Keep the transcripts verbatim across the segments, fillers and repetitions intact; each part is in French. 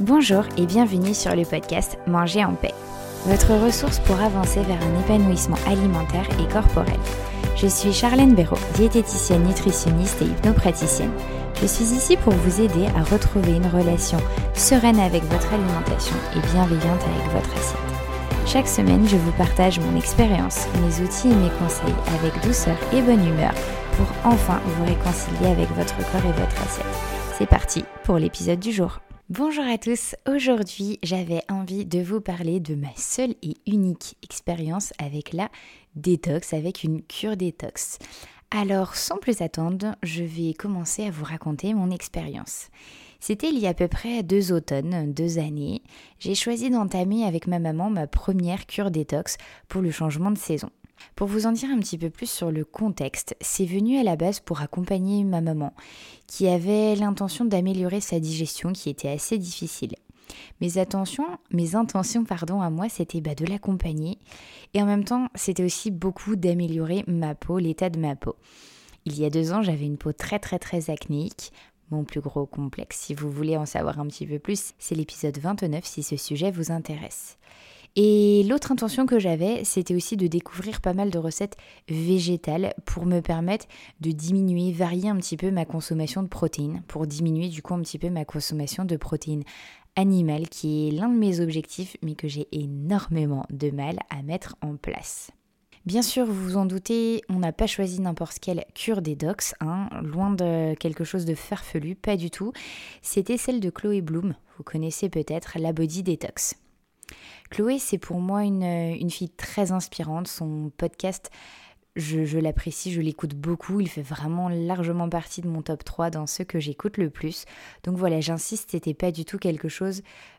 Bonjour et bienvenue sur le podcast Manger en paix, votre ressource pour avancer vers un épanouissement alimentaire et corporel. Je suis Charlène Béraud, diététicienne, nutritionniste et hypnopraticienne. Je suis ici pour vous aider à retrouver une relation sereine avec votre alimentation et bienveillante avec votre assiette. Chaque semaine, je vous partage mon expérience, mes outils et mes conseils avec douceur et bonne humeur pour enfin vous réconcilier avec votre corps et votre assiette. C'est parti pour l'épisode du jour. Bonjour à tous, aujourd'hui j'avais envie de vous parler de ma seule et unique expérience avec la détox, avec une cure détox. Alors sans plus attendre, je vais commencer à vous raconter mon expérience. C'était il y a à peu près deux automnes, deux années, j'ai choisi d'entamer avec ma maman ma première cure détox pour le changement de saison. Pour vous en dire un petit peu plus sur le contexte, c'est venu à la base pour accompagner ma maman, qui avait l'intention d'améliorer sa digestion qui était assez difficile. Mes, attentions, mes intentions pardon, à moi, c'était bah, de l'accompagner et en même temps, c'était aussi beaucoup d'améliorer ma peau, l'état de ma peau. Il y a deux ans, j'avais une peau très très très acnéique. Mon plus gros complexe, si vous voulez en savoir un petit peu plus, c'est l'épisode vingt-neuf si ce sujet vous intéresse. Et l'autre intention que j'avais, c'était aussi de découvrir pas mal de recettes végétales pour me permettre de diminuer, varier un petit peu ma consommation de protéines, pour diminuer du coup un petit peu ma consommation de protéines animales, qui est l'un de mes objectifs, mais que j'ai énormément de mal à mettre en place. Bien sûr, vous vous en doutez, on n'a pas choisi n'importe quelle cure détox, hein, loin de quelque chose de farfelu, pas du tout. C'était celle de Chloé Bloom, vous connaissez peut-être la Body Detox. Chloé, c'est pour moi une, une fille très inspirante. Son podcast, je, je l'apprécie, je l'écoute beaucoup. Il fait vraiment largement partie de mon top trois dans ceux que j'écoute le plus. Donc voilà, j'insiste, c'était pas du tout quelque chose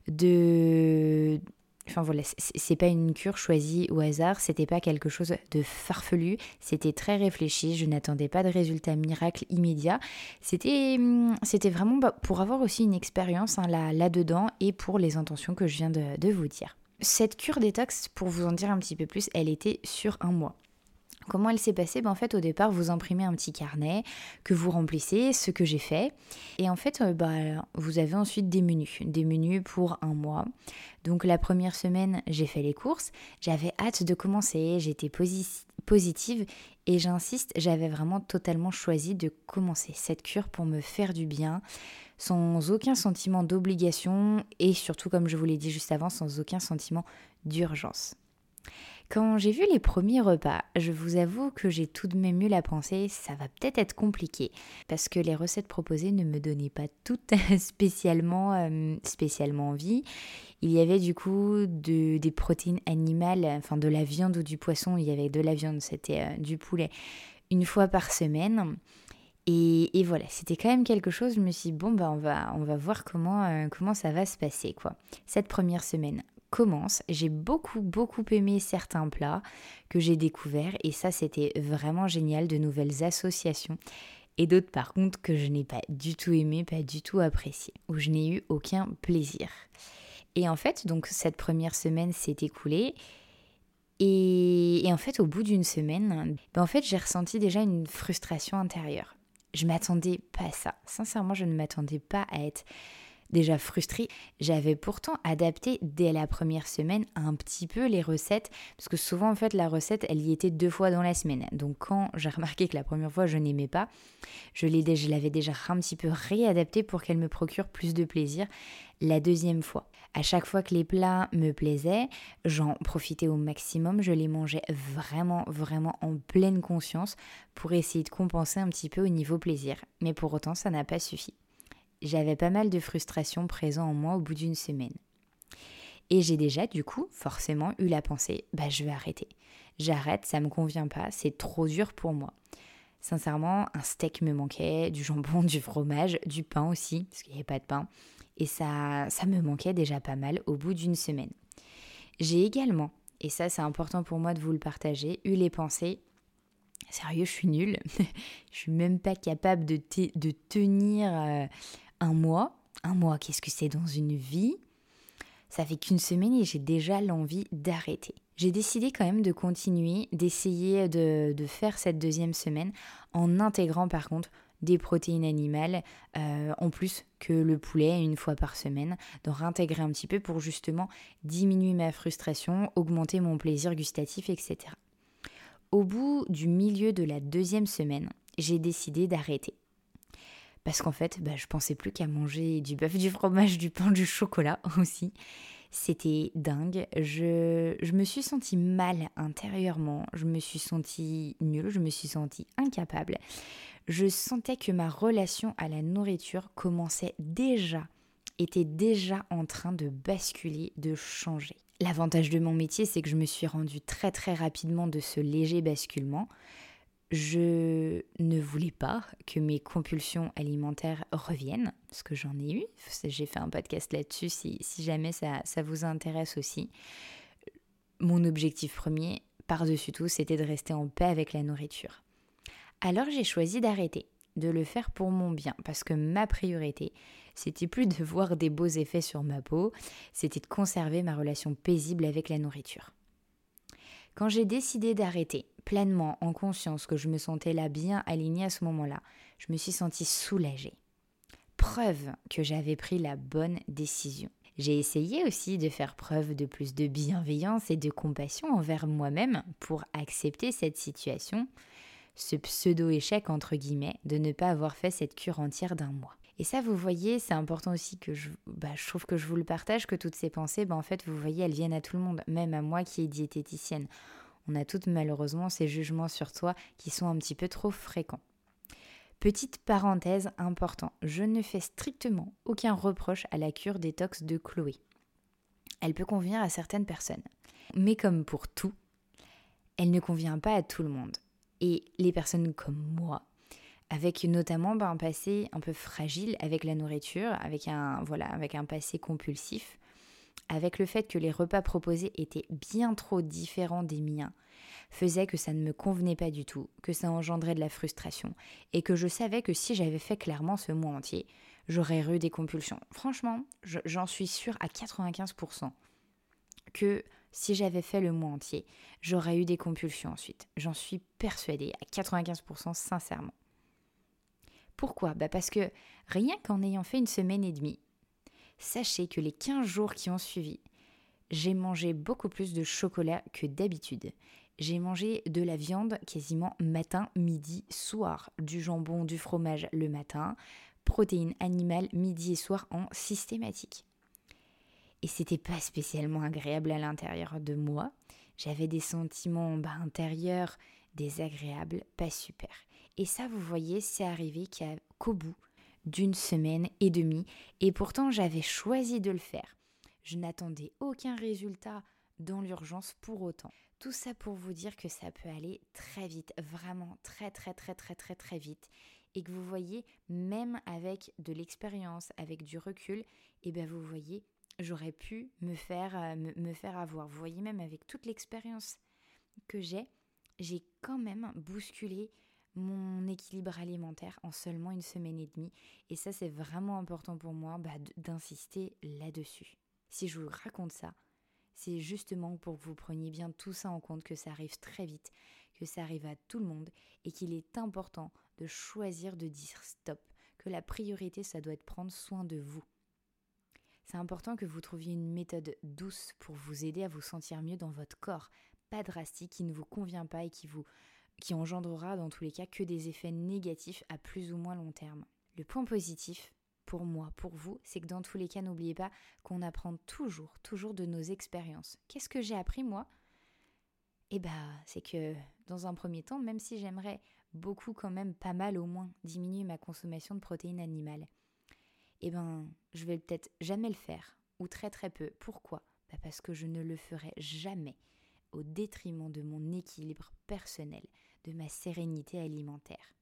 de... Enfin voilà, c'est, c'est pas une cure choisie au hasard, c'était pas quelque chose de farfelu, c'était très réfléchi, je n'attendais pas de résultats miracles immédiats. C'était, c'était vraiment pour avoir aussi une expérience hein, là, là-dedans et pour les intentions que je viens de, de vous dire. Cette cure détox, pour vous en dire un petit peu plus, elle était sur un mois. Comment elle s'est passée ? Ben en fait, au départ, vous imprimez un petit carnet que vous remplissez, ce que j'ai fait. Et en fait, euh, bah, vous avez ensuite des menus, des menus pour un mois. Donc la première semaine, j'ai fait les courses. J'avais hâte de commencer, j'étais posi- positive et j'insiste, j'avais vraiment totalement choisi de commencer cette cure pour me faire du bien, sans aucun sentiment d'obligation et surtout, comme je vous l'ai dit juste avant, sans aucun sentiment d'urgence. Quand j'ai vu les premiers repas, je vous avoue que j'ai tout de même eu la pensée, ça va peut-être être compliqué, parce que les recettes proposées ne me donnaient pas toutes spécialement, euh, spécialement envie. Il y avait du coup de, des protéines animales, enfin de la viande ou du poisson, il y avait de la viande, c'était euh, du poulet, une fois par semaine. Et, et voilà, c'était quand même quelque chose, je me suis dit, bon, bah, on va, on va voir comment, euh, comment ça va se passer, quoi, cette première semaine. Commence, j'ai beaucoup beaucoup aimé certains plats que j'ai découverts et ça c'était vraiment génial, de nouvelles associations et d'autres par contre que je n'ai pas du tout aimé, pas du tout apprécié, où je n'ai eu aucun plaisir. Et en fait donc cette première semaine s'est écoulée et, et en fait au bout d'une semaine, ben en fait j'ai ressenti déjà une frustration intérieure. Je m'attendais pas à ça, sincèrement je ne m'attendais pas à être déjà frustrée. J'avais pourtant adapté dès la première semaine un petit peu les recettes, parce que souvent en fait la recette elle y était deux fois dans la semaine. Donc quand j'ai remarqué que la première fois je n'aimais pas, je, l'ai, je l'avais déjà un petit peu réadaptée pour qu'elle me procure plus de plaisir la deuxième fois. À chaque fois que les plats me plaisaient, j'en profitais au maximum, je les mangeais vraiment vraiment en pleine conscience pour essayer de compenser un petit peu au niveau plaisir. Mais pour autant ça n'a pas suffi. J'avais pas mal de frustration présent en moi au bout d'une semaine. Et j'ai déjà, du coup, forcément eu la pensée, bah je vais arrêter. J'arrête, ça me convient pas, c'est trop dur pour moi. Sincèrement, un steak me manquait, du jambon, du fromage, du pain aussi, parce qu'il n'y avait pas de pain. Et ça, ça me manquait déjà pas mal au bout d'une semaine. J'ai également, et ça c'est important pour moi de vous le partager, eu les pensées, sérieux, je suis nulle, je suis même pas capable de, te- de tenir... Euh, Un mois, un mois, qu'est-ce que c'est dans une vie ? Ça fait qu'une semaine et j'ai déjà l'envie d'arrêter. J'ai décidé quand même de continuer, d'essayer de, de faire cette deuxième semaine en intégrant par contre des protéines animales, euh, en plus que le poulet une fois par semaine, d'en réintégrer un petit peu pour justement diminuer ma frustration, augmenter mon plaisir gustatif, et cetera. Au bout du milieu de la deuxième semaine, j'ai décidé d'arrêter. Parce qu'en fait, bah, je pensais plus qu'à manger du bœuf, du fromage, du pain, du chocolat aussi. C'était dingue. Je, je me suis sentie mal intérieurement. Je me suis sentie nulle. Je me suis sentie incapable. Je sentais que ma relation à la nourriture commençait déjà, était déjà en train de basculer, de changer. L'avantage de mon métier, c'est que je me suis rendue très très rapidement de ce léger basculement. Je ne voulais pas que mes compulsions alimentaires reviennent, parce que j'en ai eu. J'ai fait un podcast là-dessus, si, si jamais ça, ça vous intéresse aussi. Mon objectif premier, par-dessus tout, c'était de rester en paix avec la nourriture. Alors j'ai choisi d'arrêter, de le faire pour mon bien, parce que ma priorité, c'était plus de voir des beaux effets sur ma peau, c'était de conserver ma relation paisible avec la nourriture. Quand j'ai décidé d'arrêter, pleinement en conscience que je me sentais là bien alignée à ce moment-là, je me suis sentie soulagée. Preuve que j'avais pris la bonne décision. J'ai essayé aussi de faire preuve de plus de bienveillance et de compassion envers moi-même pour accepter cette situation, ce pseudo-échec entre guillemets de ne pas avoir fait cette cure entière d'un mois. Et ça, vous voyez, c'est important aussi que je, bah, je trouve que je vous le partage, que toutes ces pensées, bah, en fait, vous voyez, elles viennent à tout le monde, même à moi qui est diététicienne. On a toutes malheureusement ces jugements sur toi qui sont un petit peu trop fréquents. Petite parenthèse importante, je ne fais strictement aucun reproche à la cure détox de Chloé. Elle peut convenir à certaines personnes. Mais comme pour tout, elle ne convient pas à tout le monde. Et les personnes comme moi, avec notamment bah, un passé un peu fragile avec la nourriture, avec un, voilà, avec un passé compulsif, avec le fait que les repas proposés étaient bien trop différents des miens, faisait que ça ne me convenait pas du tout, que ça engendrait de la frustration, et que je savais que si j'avais fait clairement ce mois entier, j'aurais eu des compulsions. Franchement, je, j'en suis sûre à quatre-vingt-quinze pour cent que si j'avais fait le mois entier, j'aurais eu des compulsions ensuite. J'en suis persuadée à quatre-vingt-quinze pour cent sincèrement. Pourquoi ? Bah parce que rien qu'en ayant fait une semaine et demie, sachez que les quinze jours qui ont suivi, j'ai mangé beaucoup plus de chocolat que d'habitude. J'ai mangé de la viande quasiment matin, midi, soir, du jambon, du fromage le matin, protéines animales midi et soir en systématique. Et c'était pas spécialement agréable à l'intérieur de moi. J'avais des sentiments bah, intérieurs désagréables, pas super. Et ça, vous voyez, c'est arrivé qu'à, qu'au bout d'une semaine et demie. Et pourtant, j'avais choisi de le faire. Je n'attendais aucun résultat dans l'urgence pour autant. Tout ça pour vous dire que ça peut aller très vite, vraiment très très très très très très vite. Et que vous voyez, même avec de l'expérience, avec du recul, et bien vous voyez, j'aurais pu me faire, euh, me, me faire avoir. Vous voyez, même avec toute l'expérience que j'ai, j'ai quand même bousculé mon équilibre alimentaire en seulement une semaine et demie. Et ça, c'est vraiment important pour moi bah, d'insister là-dessus. Si je vous raconte ça, c'est justement pour que vous preniez bien tout ça en compte, que ça arrive très vite, que ça arrive à tout le monde et qu'il est important de choisir de dire stop, que la priorité, ça doit être prendre soin de vous. C'est important que vous trouviez une méthode douce pour vous aider à vous sentir mieux dans votre corps, pas drastique, qui ne vous convient pas et qui vous qui engendrera dans tous les cas que des effets négatifs à plus ou moins long terme. Le point positif, pour moi, pour vous, c'est que dans tous les cas, n'oubliez pas qu'on apprend toujours, toujours de nos expériences. Qu'est-ce que j'ai appris moi ? Eh bien, c'est que dans un premier temps, même si j'aimerais beaucoup quand même, pas mal au moins, diminuer ma consommation de protéines animales, eh bien, je vais peut-être jamais le faire, ou très très peu. Pourquoi ? Bah parce que je ne le ferai jamais au détriment de mon équilibre personnel, de ma sérénité alimentaire.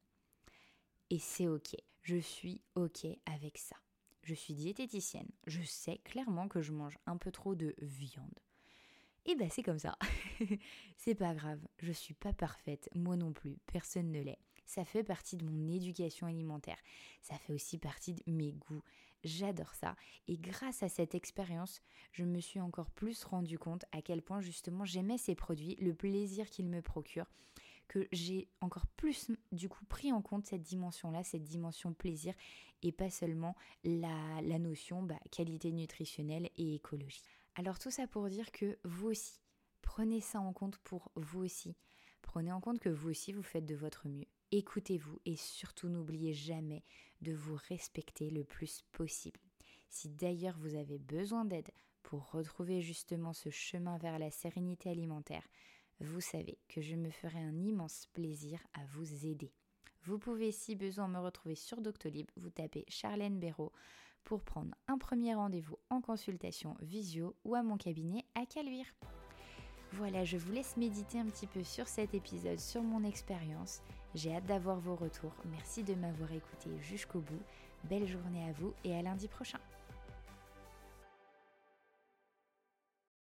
Et c'est ok, je suis ok avec ça. Je suis diététicienne, je sais clairement que je mange un peu trop de viande. Et ben c'est comme ça, c'est pas grave, je suis pas parfaite, moi non plus, personne ne l'est. Ça fait partie de mon éducation alimentaire, ça fait aussi partie de mes goûts. J'adore ça et grâce à cette expérience, je me suis encore plus rendu compte à quel point justement j'aimais ces produits, le plaisir qu'ils me procurent, que j'ai encore plus du coup pris en compte cette dimension-là, cette dimension plaisir et pas seulement la, la notion bah, qualité nutritionnelle et écologie. Alors tout ça pour dire que vous aussi, prenez ça en compte pour vous aussi. Prenez en compte que vous aussi vous faites de votre mieux. Écoutez-vous et surtout n'oubliez jamais de vous respecter le plus possible. Si d'ailleurs vous avez besoin d'aide pour retrouver justement ce chemin vers la sérénité alimentaire, vous savez que je me ferai un immense plaisir à vous aider. Vous pouvez si besoin me retrouver sur Doctolib, vous tapez Charlène Béraud pour prendre un premier rendez-vous en consultation visio ou à mon cabinet à Caluire. Voilà, je vous laisse méditer un petit peu sur cet épisode, sur mon expérience. J'ai hâte d'avoir vos retours. Merci de m'avoir écouté jusqu'au bout. Belle journée à vous et à lundi prochain.